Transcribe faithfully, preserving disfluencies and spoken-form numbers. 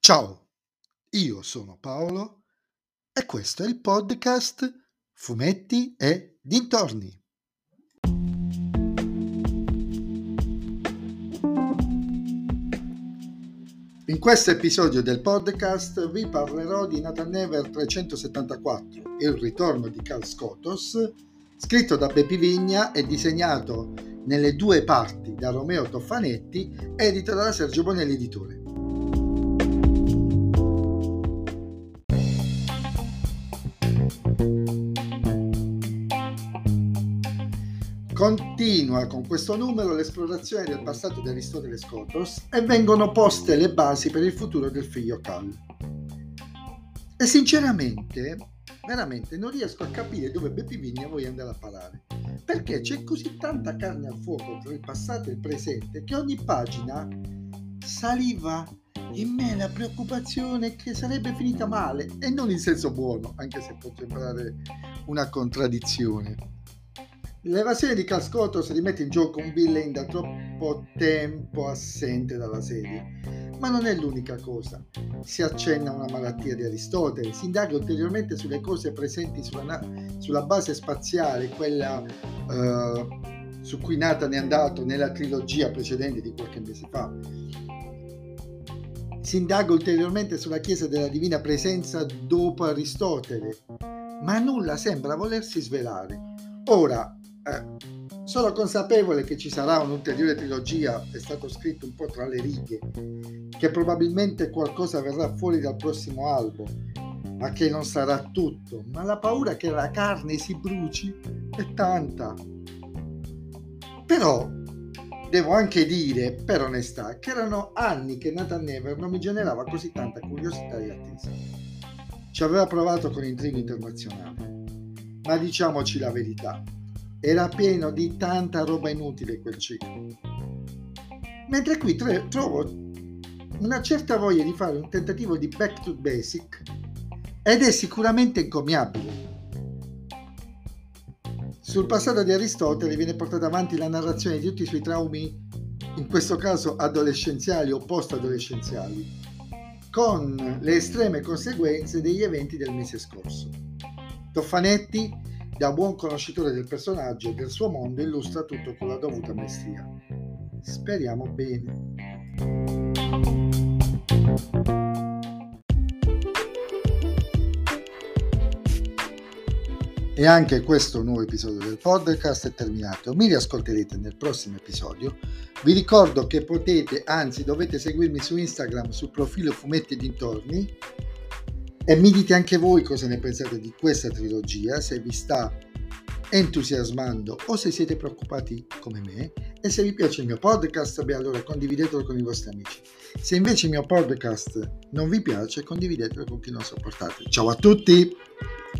Ciao, io sono Paolo e questo è il podcast Fumetti e Dintorni. In questo episodio del podcast vi parlerò di Nathan Never trecentosettantaquattro, il ritorno di Karl Skotos, scritto da Bepi Vigna e disegnato nelle due parti da Romeo Toffanetti, edito dalla Sergio Bonelli Editore. Continua con questo numero l'esplorazione del passato di Aristotele Skotos e vengono poste le basi per il futuro del figlio Cal. E sinceramente, veramente non riesco a capire dove Bepi Vigna voglia andare a parare, perché c'è così tanta carne al fuoco tra il passato e il presente che ogni pagina saliva in me la preoccupazione che sarebbe finita male, e non in senso buono, anche se può sembrare una contraddizione. L'evasione di Karl Skotos rimette in gioco un villain da troppo tempo assente dalla serie, ma non è l'unica cosa. Si accenna a una malattia di Aristotele, si indaga ulteriormente sulle cose presenti sulla, na- sulla base spaziale, quella uh, su cui Nathan è andato nella trilogia precedente di qualche mese fa. Si indaga ulteriormente sulla Chiesa della Divina Presenza dopo Aristotele, ma nulla sembra volersi svelare. Ora, Eh, sono consapevole che ci sarà un'ulteriore trilogia, è stato scritto un po' tra le righe, che probabilmente qualcosa verrà fuori dal prossimo albo, ma che non sarà tutto. Ma la paura che la carne si bruci è tanta. Però devo anche dire, per onestà, che erano anni che Nathan Never non mi generava così tanta curiosità e attesa. Ci aveva provato con Intrigo Internazionale, ma diciamoci la verità, era pieno di tanta roba inutile quel ciclo. Mentre qui tre, trovo una certa voglia di fare un tentativo di back to basic, ed è sicuramente encomiabile. Sul passato di Aristotele viene portata avanti la narrazione di tutti i suoi traumi, in questo caso adolescenziali o post-adolescenziali, con le estreme conseguenze degli eventi del mese scorso. Toffanetti, da buon conoscitore del personaggio e del suo mondo, illustra tutto con la dovuta maestria. Speriamo bene. E anche questo nuovo episodio del podcast è terminato. Mi riascolterete nel prossimo episodio. Vi ricordo che potete, anzi dovete seguirmi su Instagram sul profilo Fumetti e Dintorni, e mi dite anche voi cosa ne pensate di questa trilogia, se vi sta entusiasmando o se siete preoccupati come me. E se vi piace il mio podcast, beh, allora condividetelo con i vostri amici. Se invece il mio podcast non vi piace, condividetelo con chi non sopportate. Ciao a tutti!